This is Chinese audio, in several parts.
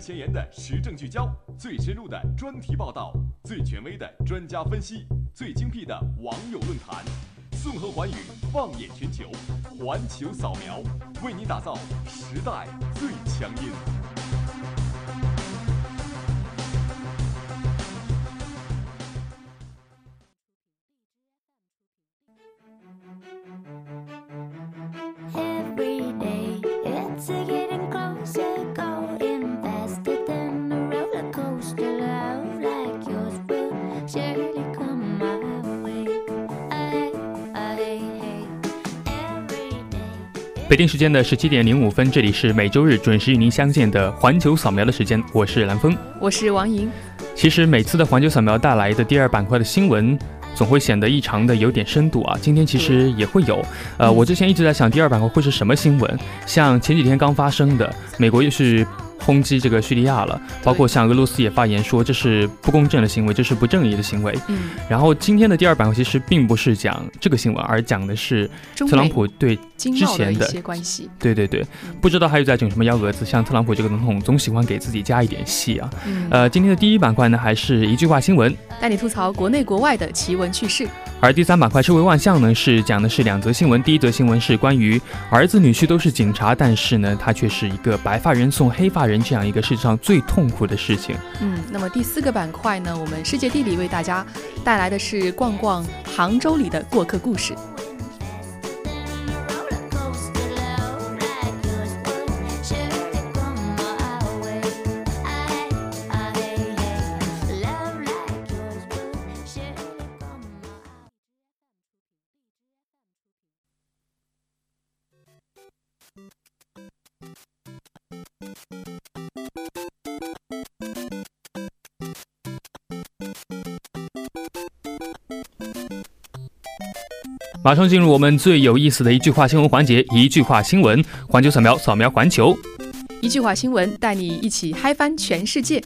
前沿的时政聚焦，最深入的专题报道，最权威的专家分析，最精辟的网友论坛，纵横寰宇，放眼全球，环球扫描，为您打造时代最强音。 北京时间的17点05分，这里是每周日准时与您相见的环球扫描的时间，我是蓝峰， 我是王莹。 其实每次的环球扫描带来的第二板块的新闻总会显得异常的有点深度啊，今天其实也会有。我之前一直在想第二板块会是什么新闻，像前几天刚发生的，美国又是轰击这个叙利亚了，包括像俄罗斯也发言说这是不公正的行为，这是不正义的行为。然后今天的第二板块其实并不是讲这个新闻，而讲的是特朗普对之前的一些关系。 对，不知道还有在整什么幺蛾子，像特朗普这个总统总喜欢给自己加一点戏啊。今天的第一板块呢，还是一句话新闻， 带你吐槽国内国外的奇闻趣事。 而第三板块社会万象呢，是讲的是两则新闻。第一则新闻是关于儿子女婿都是警察，但是呢，他却是一个白发人送黑发人这样一个世界上最痛苦的事情。 那么第四个板块呢，我们世界地理为大家带来的是逛逛杭州里的过客故事。 马上进入我们最有意思的一句话新闻环节，一句话新闻，环球扫描，扫描环球。 一句话新闻，带你一起嗨翻全世界。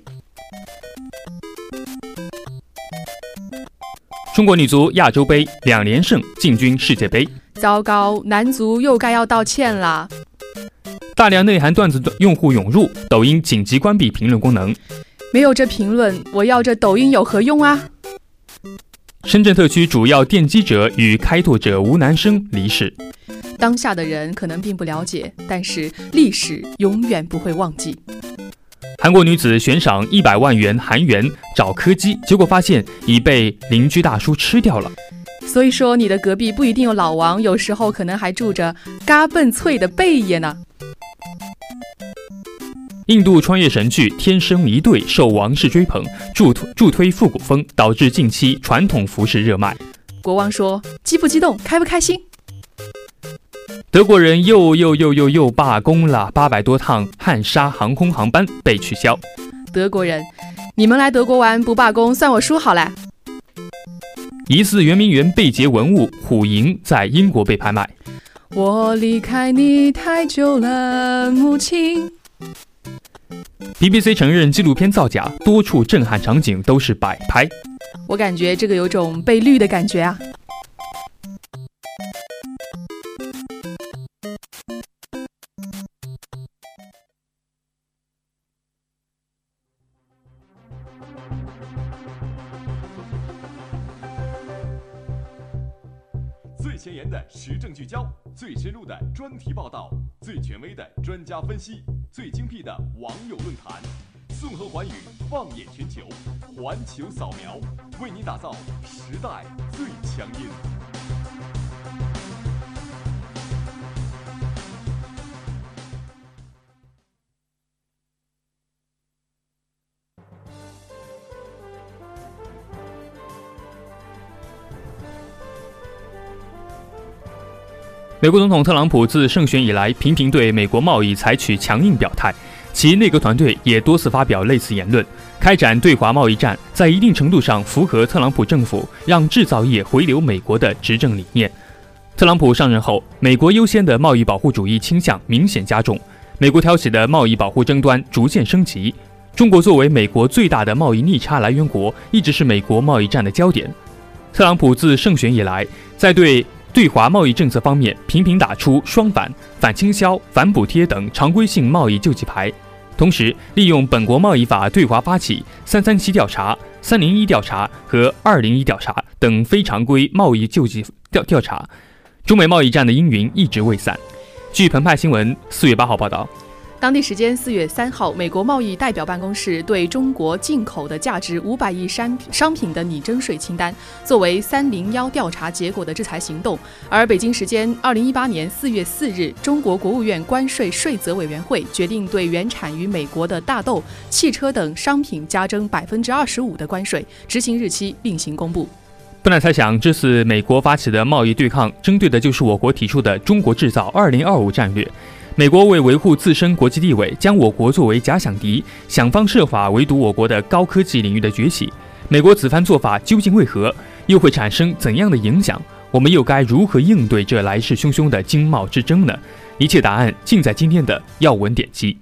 中国女足亚洲杯2连胜，进军世界杯。 糟糕，男足又该要道歉啦！ 大量内涵段子用户涌入，抖音紧急关闭评论功能。 没有这评论，我要这抖音有何用啊？ 深圳特区主要奠基者与开拓者吴南生离世。 当下的人可能并不了解，但是历史永远不会忘记。 韩国女子悬赏100万元韩元找柯基，结果发现已被邻居大叔吃掉了。 所以说你的隔壁不一定有老王，有时候可能还住着嘎笨脆的贝爷呢。 印度穿越神剧《天生一对》受王室追捧，助推复古风，导致近期传统服饰热卖。 国王说：激不激动，开不开心？ 德国人又罢工了，800多趟汉莎航空航班被取消。 德国人，你们来德国玩不罢工，算我输好了。 疑似圆明园被劫文物虎营在英国被拍卖。 我离开你太久了，母亲。 BBC 承认纪录片造假，多处震撼场景都是摆拍。 我感觉这个有种被绿的感觉啊。 最前沿的时政聚焦，最深入的专题报道，最权威的专家分析，最精辟的网友论坛，纵横寰宇，放眼全球，环球扫描，为您打造时代最强音。 美国总统特朗普自胜选以来，频频对美国贸易采取强硬表态，其内阁团队也多次发表类似言论。开展对华贸易战，在一定程度上符合特朗普政府让制造业回流美国的执政理念。特朗普上任后，美国优先的贸易保护主义倾向明显加重，美国挑起的贸易保护争端逐渐升级。中国作为美国最大的贸易逆差来源国，一直是美国贸易战的焦点。特朗普自胜选以来，在对华贸易政策方面频频打出双反、反倾销、反补贴等常规性贸易救济牌， 同时利用本国贸易法对华发起337调查、301调查和201调查等非常规贸易救济调查，中美贸易战的阴云一直未散。据澎湃新闻4月8号报道， 当地时间4月3号，美国贸易代表办公室对中国进口的价值500亿商品的拟征税清单作为301调查结果的制裁行动。而北京时间2018年4月4日，中国国务院关税税则委员会决定对原产于美国的大豆、汽车等商品加征25%的关税，执行日期另行公布。 不难猜想，这次美国发起的贸易对抗，针对的就是我国提出的中国制造2025战略。美国为维护自身国际地位，将我国作为假想敌，想方设法围堵我国的高科技领域的崛起。美国此番做法究竟为何？又会产生怎样的影响？我们又该如何应对这来势汹汹的经贸之争呢？一切答案尽在今天的要闻点击。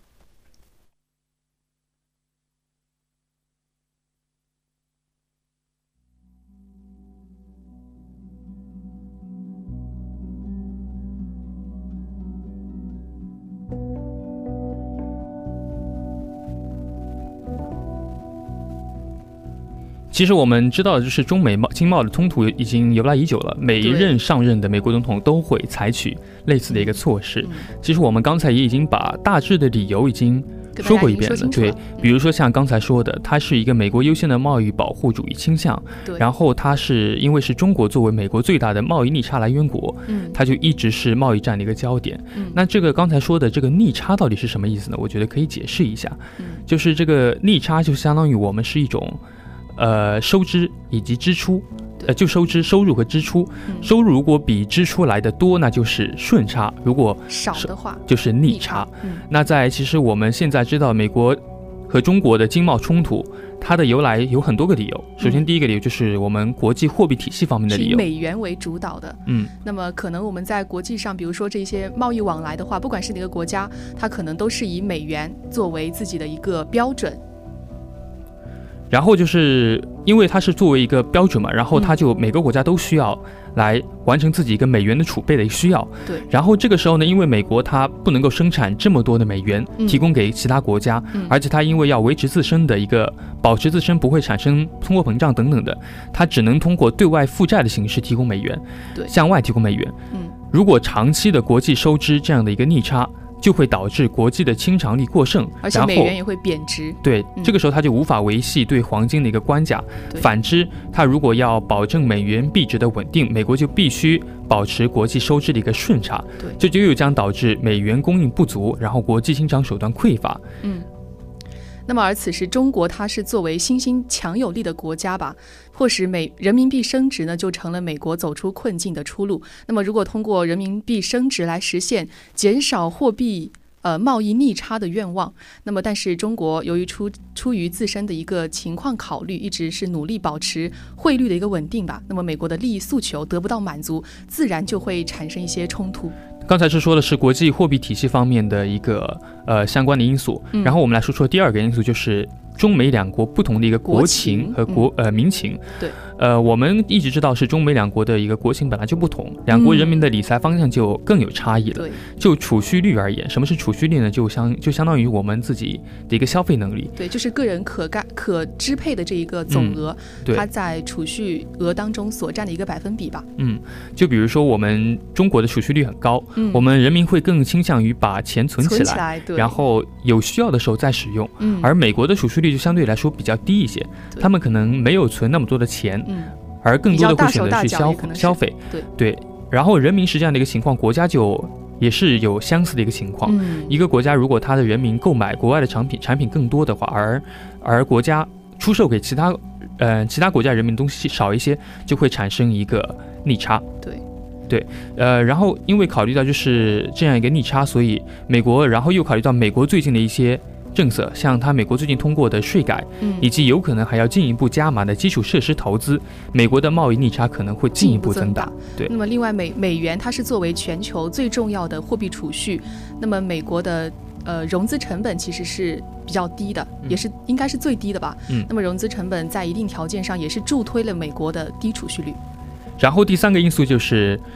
其实我们知道的就是中美经贸的冲突已经由来已久了，每一任上任的美国总统都会采取类似的一个措施。其实我们刚才也已经把大致的理由已经说过一遍了，对，比如说像刚才说的，它是一个美国优先的贸易保护主义倾向，然后它是因为是中国作为美国最大的贸易逆差来源国，它就一直是贸易战的一个焦点。那这个刚才说的这个逆差到底是什么意思呢？我觉得可以解释一下，就是这个逆差就相当于我们是一种收支以及支出，就收入和支出，收入如果比支出来的多，那就是顺差；如果少的话， 就是逆差。那其实我们现在知道，美国和中国的经贸冲突，它的由来有很多个理由。首先，第一个理由就是我们国际货币体系方面的理由， 是以美元为主导的。那么可能我们在国际上，比如说这些贸易往来的话，不管是哪个国家，它可能都是以美元作为自己的一个标准。 然后就是因为它是作为一个标准嘛，然后它就每个国家都需要来完成自己一个美元的储备的需要。 对。 然后这个时候呢，因为美国它不能够生产这么多的美元提供给其他国家，而且它因为要维持自身的一个保持自身不会产生通货膨胀等等的，它只能通过对外负债的形式提供美元， 对， 向外提供美元。如果长期的国际收支这样的一个逆差，就会导致国际的清偿力过剩， 而且美元也会贬值。 对，这个时候它就无法维系对黄金的一个关价。反之，它如果要保证美元币值的稳定，美国就必须保持国际收支的一个顺差。 对， 这就又将导致美元供应不足，然后国际清偿手段匮乏。 那么而此时中国它是作为新兴强有力的国家吧，迫使人民币升值呢，就成了美国走出困境的出路。那么如果通过人民币升值来实现减少货币贸易逆差的愿望，那么但是中国由于出于自身的一个情况考虑，一直是努力保持汇率的一个稳定吧，那么美国的利益诉求得不到满足，自然就会产生一些冲突。 刚才是说的是国际货币体系方面的一个相关的因素，然后我们来说说第二个因素，就是中美两国不同的一个国情和民情。 对， 我们一直知道是中美两国的一个国情本来就不同，两国人民的理财方向就更有差异了。 对， 就储蓄率而言，什么是储蓄率呢？就相当于我们自己的一个消费能力。 对，就是个人可支配的这一个总额，它在储蓄额当中所占的一个百分比吧。 就比如说我们中国的储蓄率很高，我们人民会更倾向于把钱存起来，然后有需要的时候再使用。而美国的储蓄率就相对来说比较低一些，他们可能没有存那么多的钱，而更多的会选择去消费。对，然后人民是这样的一个情况，国家就也是有相似的一个情况。一个国家如果它的人民购买国外的产品更多的话，而国家出售给其他国家人民的东西少一些，就会产生一个逆差。对，然后因为考虑到就是这样一个逆差，所以美国，然后又考虑到美国最近的一些政策，像美国最近通过的税改，以及有可能还要进一步加码的基础设施投资，美国的贸易逆差可能会进一步增大。对， 那么另外美元它是作为全球最重要的货币储蓄，那么美国的融资成本其实是比较低的，也是应该是最低的吧。那么融资成本在一定条件上也是助推了美国的低储蓄率。 然后第三个因素就是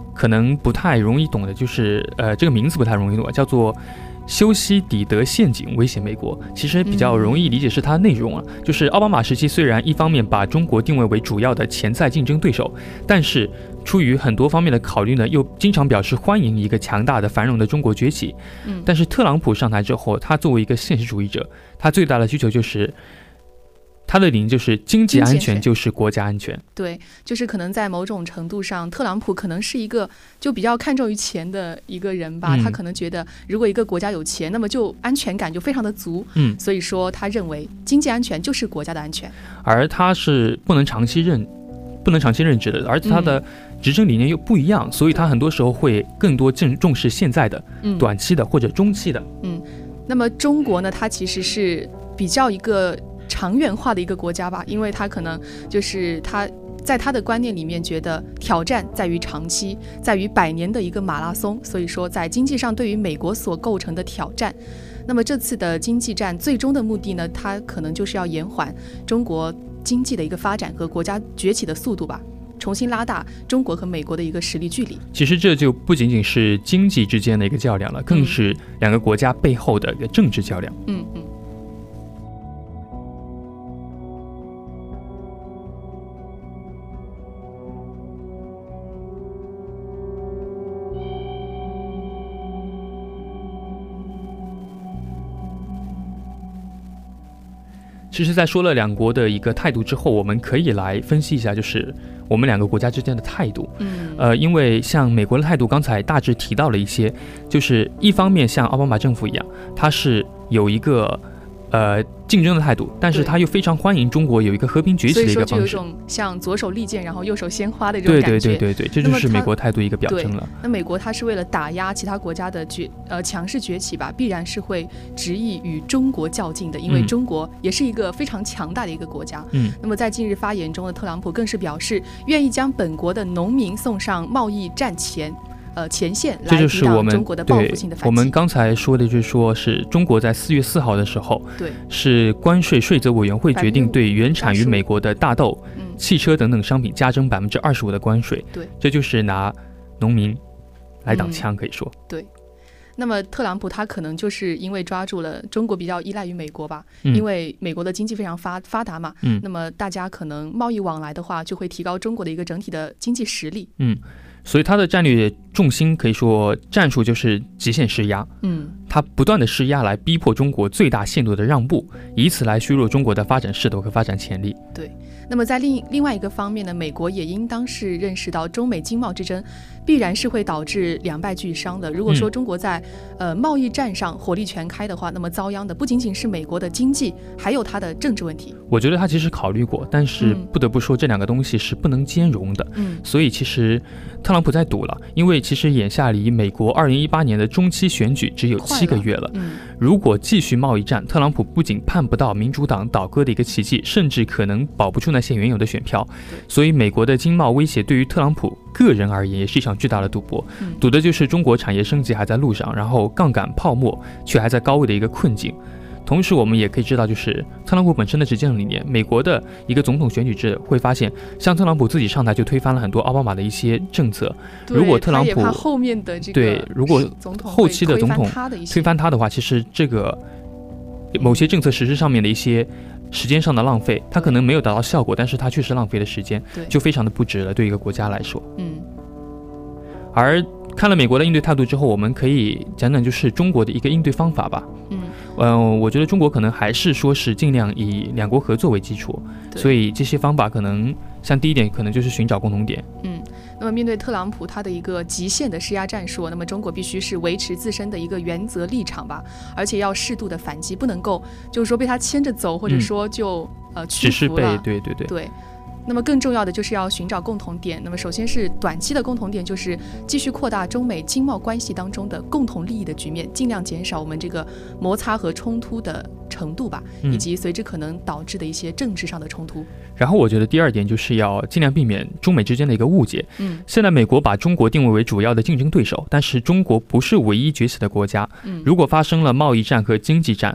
可能不太容易懂的，就是这个名字不太容易懂，叫做修昔底德陷阱威胁美国。其实比较容易理解是它的内容啊，就是奥巴马时期虽然一方面把中国定位为主要的潜在竞争对手，但是出于很多方面的考虑呢，又经常表示欢迎一个强大的繁荣的中国崛起。但是特朗普上台之后，他作为一个现实主义者，他最大的需求就是他的理念就是经济安全就是国家安全。 对，就是可能在某种程度上，特朗普可能是一个就比较看重于钱的一个人吧。他可能觉得如果一个国家有钱，那么就安全感就非常的足。所以说他认为经济安全就是国家的安全。 而他是不能长期任职的，而且他的执政理念又不一样，所以他很多时候会更多重视现在的、短期的或者中期的。 那么中国呢，它其实是比较一个长远化的一个国家吧，因为他可能就是他在他的观念里面觉得挑战在于长期，在于100年的一个马拉松，所以说在经济上对于美国所构成的挑战，那么这次的经济战最终的目的呢，它可能就是要延缓中国经济的一个发展和国家崛起的速度吧，重新拉大中国和美国的一个实力距离。 其实这就不仅仅是经济之间的一个较量了，更是两个国家背后的一个政治较量。其实在说了两国的一个态度之后，我们可以来分析一下就是我们两个国家之间的态度。因为像美国的态度刚才大致提到了一些，就是一方面像奥巴马政府一样，它是有一个竞争的态度，但是他又非常欢迎中国有一个和平崛起的一个方式，所以说就有一种像左手利剑然后右手鲜花的这种感觉。 对，这就是美国态度一个表征了。 那美国它是为了打压其他国家的强势崛起吧，必然是会执意与中国较劲的，因为中国也是一个非常强大的一个国家。那么在近日发言中的特朗普更是表示愿意将本国的农民送上贸易战前线来抵挡中国的报复性的反击。 我们刚才说的就是说是中国在4月4号的时候，是关税税则委员会决定对原产于美国的大豆、汽车等等商品加征25%的关税。这就是拿农民来挡枪，可以说。 对。那么特朗普他可能就是因为抓住了中国比较依赖于美国吧，因为美国的经济非常发达嘛，那么大家可能贸易往来的话就会提高中国的一个整体的经济实力。 所以他的战略重心可以说战术就是极限施压。他不断的施压来逼迫中国最大限度的让步，以此来削弱中国的发展势头和发展潜力。 对。那么在另外一个方面呢，美国也应当是认识到中美经贸之争必然是会导致两败俱伤的。如果说中国在贸易战上火力全开的话，那么遭殃的不仅仅是美国的经济，还有它的政治问题。 我觉得他其实考虑过，但是不得不说这两个东西是不能兼容的。所以其实特朗普在赌了，因为其实眼下离美国2018年的中期选举只有7个月了。如果继续贸易战，特朗普不仅盼不到民主党倒戈的一个奇迹，甚至可能保不住那些原有的选票。所以美国的经贸威胁对于特朗普个人而言也是一场巨大的赌博，赌的就是中国产业升级还在路上，然后杠杆泡沫却还在高位的一个困境。同时我们也可以知道，就是特朗普本身的执政理念，美国的一个总统选举制会发现，像特朗普自己上台就推翻了很多奥巴马的一些政策。如果特朗普后面的这个如果后期的总统推翻他的话，其实这个某些政策实施上面的一些时间上的浪费，它可能没有达到效果，但是它确实浪费了时间，就非常的不值了，对一个国家来说。而看了美国的应对态度之后，我们可以讲讲就是中国的一个应对方法吧。我觉得中国可能还是说是尽量以两国合作为基础，所以这些方法可能像第一点可能就是寻找共同点。 那么面对特朗普他的一个极限的施压战术，那么中国必须是维持自身的一个原则立场吧，而且要适度的反击，不能够就是说被他牵着走，或者说就屈服了。对。那么更重要的就是要寻找共同点。那么首先是短期的共同点，就是继续扩大中美经贸关系当中的共同利益的局面，尽量减少我们这个摩擦和冲突的程度吧，以及随之可能导致的一些政治上的冲突。 然后我觉得第二点就是要尽量避免中美之间的一个误解。现在美国把中国定位为主要的竞争对手，但是中国不是唯一崛起的国家。如果发生了贸易战和经济战，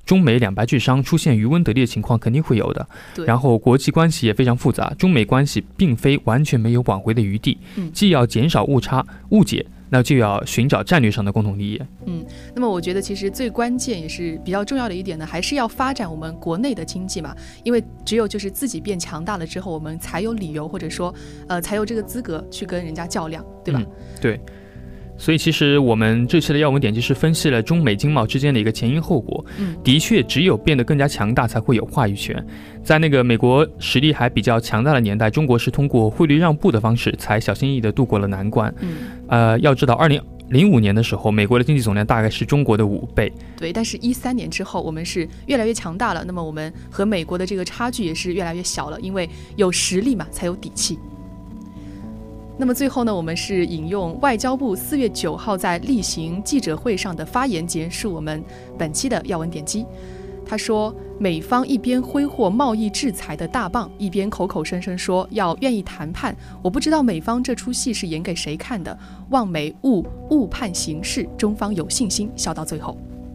中美两败俱伤，出现渔翁得利的情况肯定会有的。然后国际关系也非常复杂，中美关系并非完全没有挽回的余地，既要减少误差误解，那就要寻找战略上的共同利益。 那么我觉得其实最关键也是比较重要的一点呢，还是要发展我们国内的经济嘛，因为只有就是自己变强大了之后，我们才有理由或者说才有这个资格去跟人家较量，对吧？ 对。所以其实我们这期的要闻点就是分析了中美经贸之间的一个前因后果。的确只有变得更加强大才会有话语权。在那个美国实力还比较强大的年代，中国是通过汇率让步的方式才小心翼翼地度过了难关。要知道2005年的时候，美国的经济总量大概是中国的5倍。 对，但是13年之后我们是越来越强大了，那么我们和美国的这个差距也是越来越小了，因为有实力嘛才有底气。那么最后呢，我们是引用外交部4月9号在例行记者会上的发言结束我们本期的要闻点击。他说，美方一边挥霍贸易制裁的大棒，一边口口声声说要愿意谈判，我不知道美方这出戏是演给谁看的，望美误判形势，中方有信心笑到最后。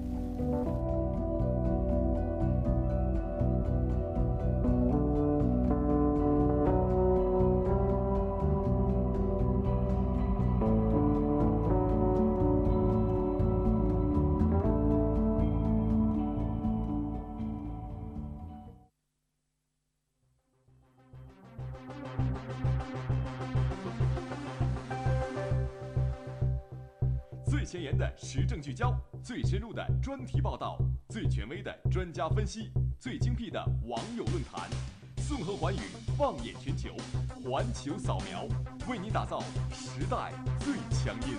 最前沿的时政聚焦，最深入的专题报道，最权威的专家分析，最精辟的网友论坛，纵横寰宇，放眼全球，环球扫描，为你打造时代最强音。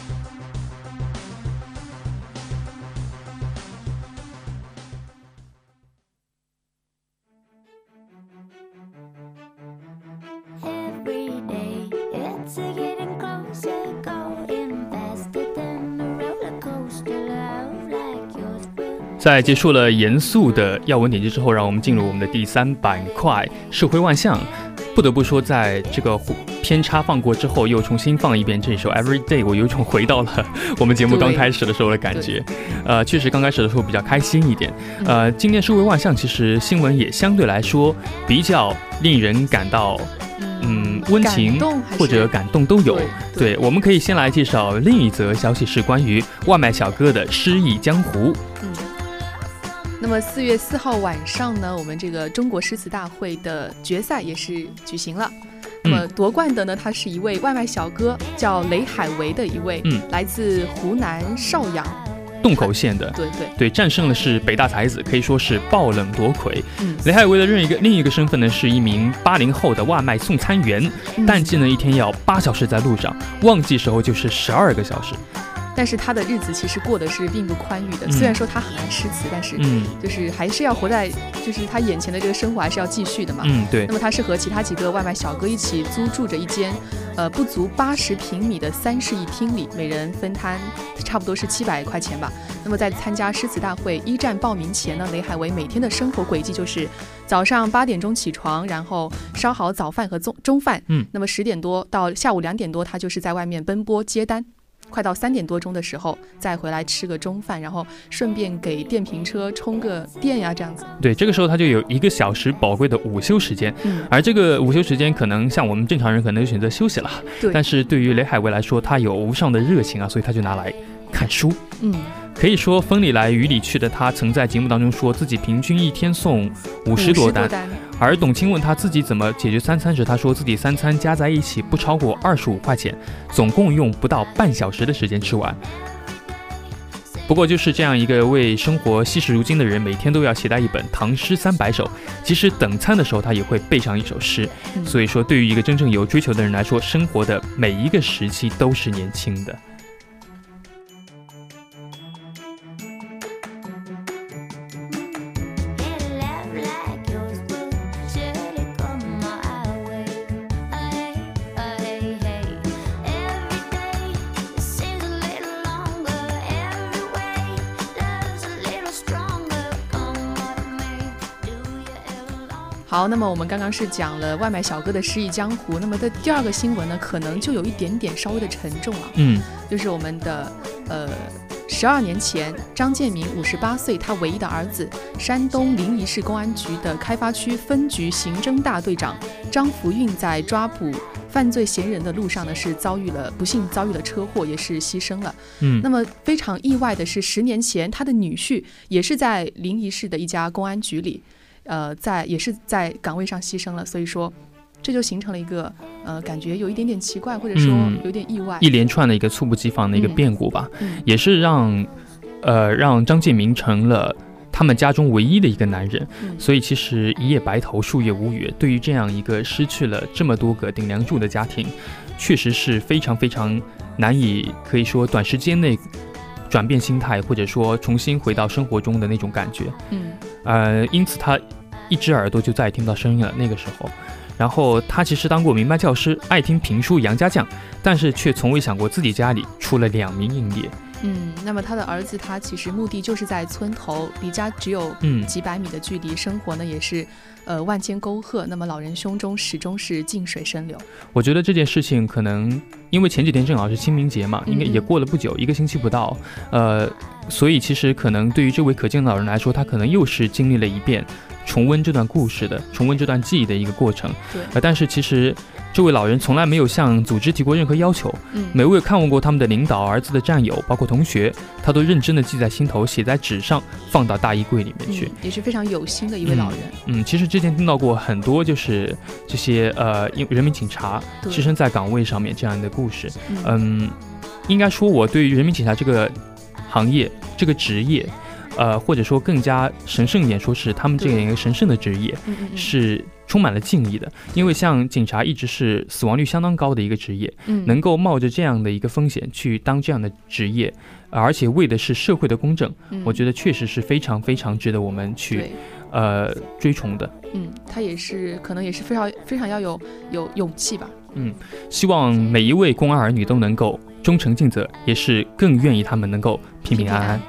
在结束了严肃的要闻点击之后，让我们进入我们的第3板块社会万象。不得不说，在这个偏差放过之后，又重新放一遍这首 Everyday， 我有一种回到了我们节目刚开始的时候的感觉。确实刚开始的时候比较开心一点。今天社会万象其实新闻也相对来说比较令人感到温情或者感动都有。对，我们可以先来介绍另一则消息，是关于外卖小哥的失忆江湖。 那么4月4号晚上呢，我们这个中国诗词大会的决赛也是举行了。那么夺冠的呢，他是一位外卖小哥，叫雷海为的一位，来自湖南邵阳洞口县的。对，战胜的是北大才子，可以说是爆冷夺魁。雷海为的另一个身份呢，是一名80后的外卖送餐员，淡季呢一天要8小时在路上，旺季时候就是12个小时。 但是他的日子其实过得是并不宽裕的，虽然说他很爱诗词，但是就是还是要活在就是他眼前的这个生活还是要继续的嘛。 对。 那么他是和其他几个外卖小哥一起租住着一间不足80平米的3室1厅里，每人分摊差不多是700块钱吧。那么在参加诗词大会1站报名前呢，雷海为每天的生活轨迹就是早上8点钟起床，然后烧好早饭和中饭。那么10点多到下午2点多，他就是在外面奔波接单。快到3点多钟的时候再回来吃个中饭，然后顺便给电瓶车充个电呀，这样子。 对，这个时候他就有1个小时宝贵的午休时间。而这个午休时间可能像我们正常人可能就选择休息了，但是对于雷海为来说，他有无上的热情啊，所以他就拿来看书。可以说风里来雨里去的他，曾在节目当中说自己平均一天送50多单。而董卿问他自己怎么解决3餐时，他说自己3餐加在一起不超过25块钱，总共用不到半小时的时间吃完。不过就是这样一个为生活惜时如金的人，每天都要携带一本唐诗300首，即使等餐的时候他也会背上一首诗。所以说对于一个真正有追求的人来说，生活的每一个时期都是年轻的。 好，那么我们刚刚是讲了外卖小哥的失忆江湖，那么的第2个新闻呢，可能就有一点点稍微的沉重了。就是我们的 12年前，张建民58岁，他唯一的儿子，山东临沂市公安局的开发区分局刑侦大队长张福运在抓捕犯罪嫌疑人的路上呢，是不幸遭遇了车祸，也是牺牲了。那么非常意外的是，10年前他的女婿也是在临沂市的一家公安局里，也是在岗位上牺牲了。所以说，这就形成了一个感觉有一点点奇怪，或者说有点意外， 一连串的一个猝不及防的一个变故吧，也是让张建民成了他们家中唯一的一个男人，所以其实一夜白头数月无月，对于这样一个失去了这么多个顶梁柱的家庭，确实是非常非常难以可以说短时间内转变心态，或者说重新回到生活中的那种感觉。因此他一只耳朵就再也听不到声音了。那个时候，然后他其实当过民班教师，爱听评书、杨家将，但是却从未想过自己家里出了2名英烈。 那么他的儿子，他其实目的就是在村头，离家只有几百米的距离，生活呢也是万千沟壑，那么老人胸中始终是静水深流。 我觉得这件事情可能因为前几天正好是清明节嘛，应该也过了不久，1个星期不到，所以其实可能对于这位可敬的老人来说，他可能又是经历了一遍重温这段故事的、重温这段记忆的一个过程。但是其实这位老人从来没有向组织提过任何要求，每位看望过他们的领导、儿子的战友，包括同学，他都认真的记在心头，写在纸上，放到大衣柜里面去。 也是非常有心的一位老人。 其实之前听到过很多就是这些人民警察牺牲在岗位上面这样的故事。应该说我对于人民警察这个行业、这个职业，或者说更加神圣一点，说是他们这样一个神圣的职业，是充满了敬意的。因为像警察一直是死亡率相当高的一个职业，能够冒着这样的一个风险去当这样的职业，而且为的是社会的公正，我觉得确实是非常非常值得我们去追崇的。 他也是可能也是非常非常要有勇气吧。 希望每一位公安儿女都能够忠诚尽责，也是更愿意他们能够平平安安。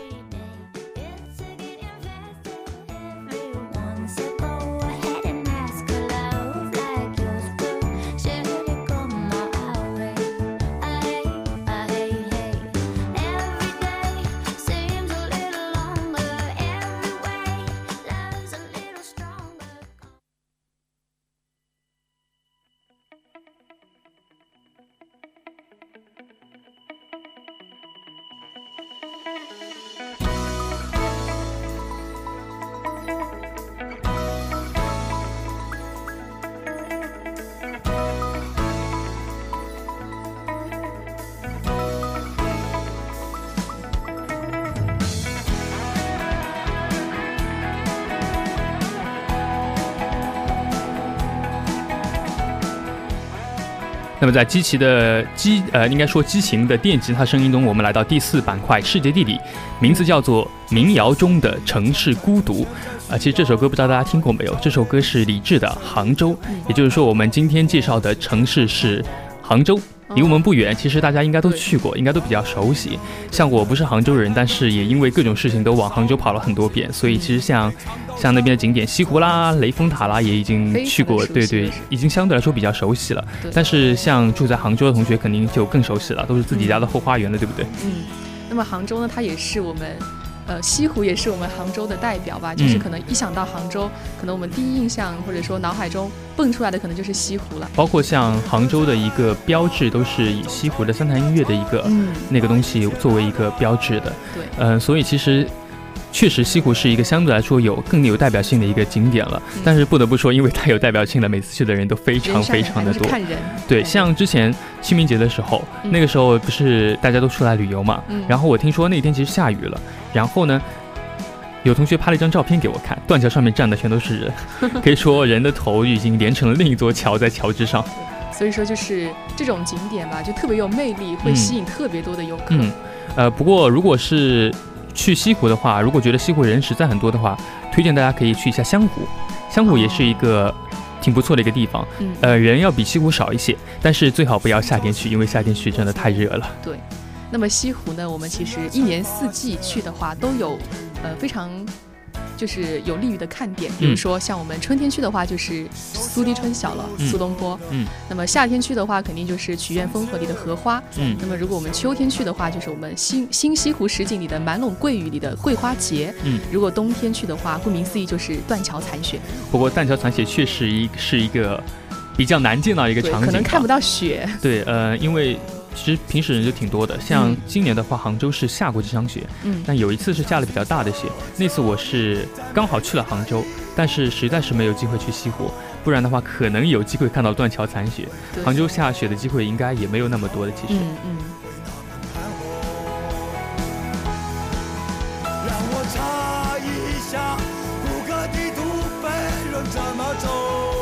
那么在应该说激情的电吉他声音中，我们来到第4板块世界地理，名字叫做民谣中的城市孤独。其实这首歌不知道大家听过没有，这首歌是李志的《杭州》，也就是说我们今天介绍的城市是杭州。离我们不远，其实大家应该都去过，应该都比较熟悉。像我不是杭州人，但是也因为各种事情都往杭州跑了很多遍，所以其实像那边的景点西湖啦、雷峰塔啦，也已经去过，对，已经相对来说比较熟悉了。但是像住在杭州的同学肯定就更熟悉了，都是自己家的后花园了，对不对？ 那么杭州呢，它也是我们西湖也是我们杭州的代表吧，就是可能一想到杭州，可能我们第一印象或者说脑海中蹦出来的可能就是西湖了。 包括像杭州的一个标志都是以西湖的3潭音乐的一个那个东西作为一个标志的。 对， 所以其实确实西湖是一个相对来说更有代表性的一个景点了。但是不得不说，因为太有代表性了，每次去的人都非常非常的多。 看人。 对，像之前清明节的时候，那个时候不是大家都出来旅游嘛，然后我听说那天其实下雨了，然后呢有同学拍了一张照片给我看，断桥上面站的全都是人，可以说人的头已经连成了另一座桥在桥之上。 所以说就是这种景点吧，就特别有魅力，会吸引特别多的游客。 不过如果是去西湖的话，如果觉得西湖人实在很多的话，推荐大家可以去一下湘湖。湘湖也是一个挺不错的一个地方，人要比西湖少一些，但是最好不要夏天去，因为夏天去真的太热了。 对，那么西湖呢，我们其实1年4季去的话都有非常就是有利于的看点，比如说像我们春天去的话，就是苏堤春晓了，苏东坡。那么夏天去的话，肯定就是曲院风荷里的荷花。那么如果我们秋天去的话，就是我们新西湖十景里的满陇桂雨里的桂花节。如果冬天去的话，顾名思义就是断桥残雪。不过断桥残雪确实是一个比较难见到一个场景， 可能看不到雪。 对，因为其实平时人就挺多的，像今年的话，杭州是下过这场雪，但有一次是下了比较大的雪，那次我是刚好去了杭州，但是实在是没有机会去西湖，不然的话可能有机会看到断桥残雪。杭州下雪的机会应该也没有那么多的，其实。 让我查一下谷歌地图被人怎么走，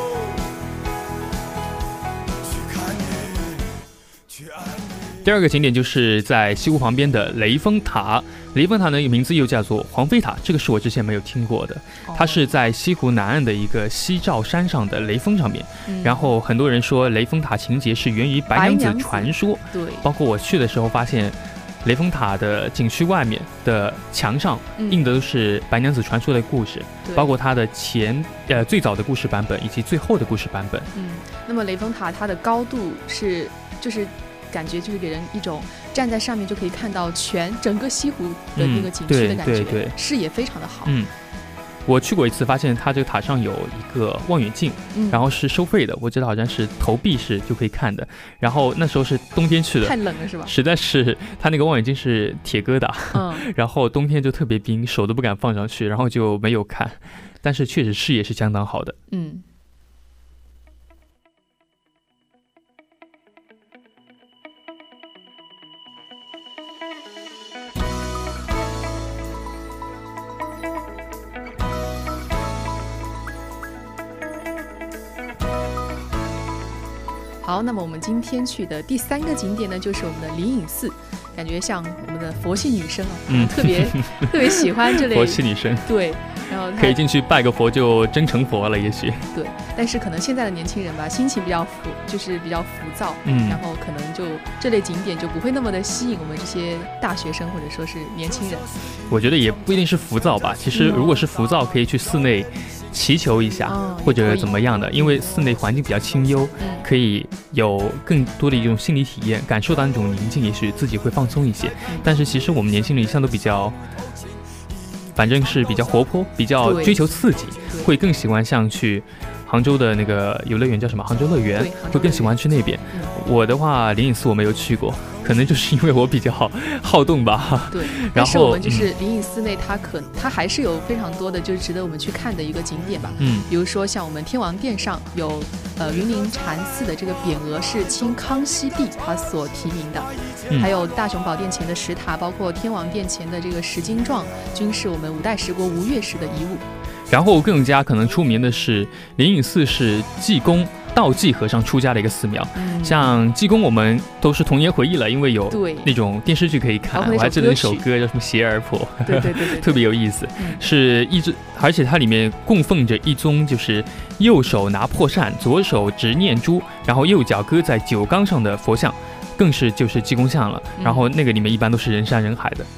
去看你，去爱你。 第二个景点就是在西湖旁边的雷峰塔。雷峰塔呢，名字又叫做黄飞塔，这个是我之前没有听过的。它是在西湖南岸的一个西照山上的雷峰上面。然后很多人说雷峰塔情节是源于白娘子传说。 对， 包括我去的时候发现，雷峰塔的景区外面的墙上印的都是白娘子传说的故事，包括它的最早的故事版本以及最后的故事版本。 那么雷峰塔它的高度是就是感觉就是给人一种站在上面就可以看到整个西湖的那个景区的感觉， 对， 视野非常的好。 我去过一次，发现它这个塔上有一个望远镜，然后是收费的，我知道好像是投币式就可以看的。然后那时候是冬天去的， 太冷了是吧？ 实在是，它那个望远镜是铁疙瘩，然后冬天就特别冰，手都不敢放上去，然后就没有看。但是确实视野是相当好的。 好，那么我们今天去的第3个景点呢，就是我们的灵隐寺。感觉像我们的佛系女生特别喜欢这类佛系女生。 对，然后可以进去拜个佛就真成佛了，也许。 对，但是可能现在的年轻人吧，心情比较浮躁，然后可能就这类景点就不会那么的吸引我们这些大学生或者说是年轻人。 我觉得也不一定是浮躁吧，其实如果是浮躁，可以去寺内祈求一下，或者怎么样的，因为寺内环境比较清幽，可以有更多的一种心理体验，感受到那种宁静，也许自己会放松一些。但是其实我们年轻人一向都比较，反正是比较活泼，比较追求刺激，会更喜欢像去杭州的那个游乐园叫什么？杭州乐园，会更喜欢去那边。我的话，灵隐寺我没有去过，可能就是因为我比较好动吧。 对，但是我们就是灵隐寺内，它还是有非常多的就是值得我们去看的一个景点吧。比如说像我们天王殿上有云林禅寺的这个匾额是清康熙帝他所题名的，还有大雄宝殿前的石塔，包括天王殿前的这个石金幢，均是我们5代十国吴越时的遗物。 然后更加可能出名的是灵隐寺是济公道济和尚出家的一个寺庙。像济公我们都是童年回忆了，因为有那种电视剧可以看，我还记得那首歌叫什么鞋儿婆， 对特别有意思。是而且它里面供奉着一宗就是右手拿破扇，左手执念珠，然后右脚搁在酒缸上的佛像，更是就是济公像了。然后那个里面一般都是人山人海的。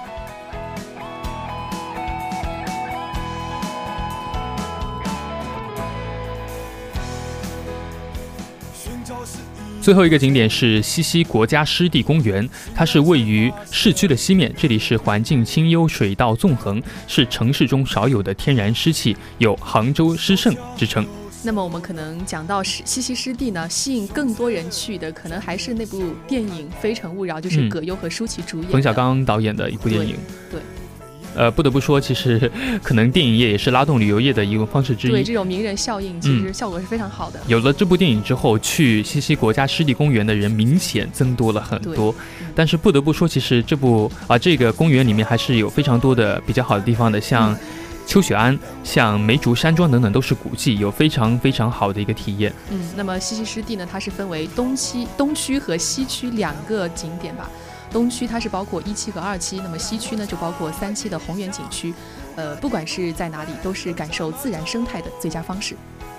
最后一个景点是西溪国家湿地公园，它是位于市区的西面，这里是环境清幽，水道纵横，是城市中少有的天然湿气，有杭州湿圣之称。 那么我们可能讲到西溪湿地呢，吸引更多人去的可能还是那部电影《非诚勿扰》，就是葛优和舒淇主演的， 冯小刚导演的一部电影。 对。 不得不说，其实可能电影业也是拉动旅游业的一种方式之一。 对，这种名人效应其实效果是非常好的。 有了这部电影之后，去西溪国家湿地公园的人明显增多了很多。但是不得不说，其实这个公园里面还是有非常多的比较好的地方的，像秋雪庵、像梅竹山庄等等都是古迹，有非常非常好的一个体验。 那么西溪湿地呢，它是分为东区和西区2个景点吧。东区它是包括1期和2期，那么西区呢就包括3期的宏源景区。不管是在哪里，都是感受自然生态的最佳方式。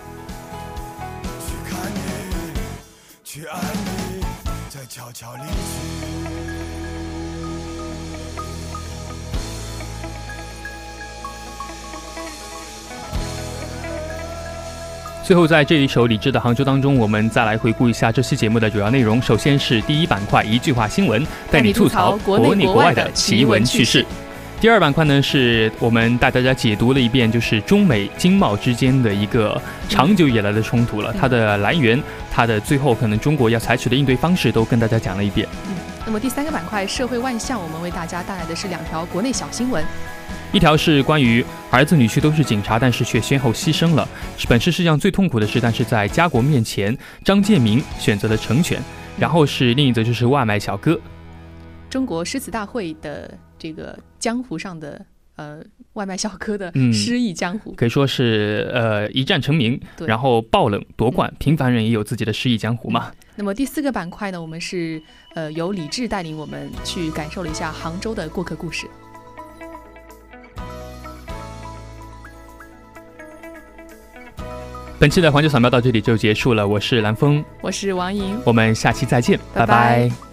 去看你，去爱你，再悄悄离去。 最后在这一首理智的杭州当中，我们再来回顾一下这期节目的主要内容。首先是第一板块一句话新闻，带你吐槽国内国外的奇闻趣事。第二板块呢，是我们带大家解读了一遍，就是中美经贸之间的一个长久以来的冲突了，它的来源，它的最后可能中国要采取的应对方式都跟大家讲了一遍。 那么第三个板块社会万象，我们为大家带来的是2条国内小新闻。 一条是关于儿子女婿都是警察，但是却先后牺牲了，本是世界上最痛苦的事，但是在家国面前，张建民选择了成全。然后是另一则就是外卖小哥， 中国诗词大会的这个江湖上的外卖小哥的诗意江湖， 可以说是一战成名，然后爆冷夺冠，平凡人也有自己的诗意江湖嘛。 那么第4个板块呢，我们是由李志带领我们去感受了一下杭州的过客故事。 本期的环球扫描到这里就结束了，我是蓝峰， 我是王莹， 我们下期再见，拜拜。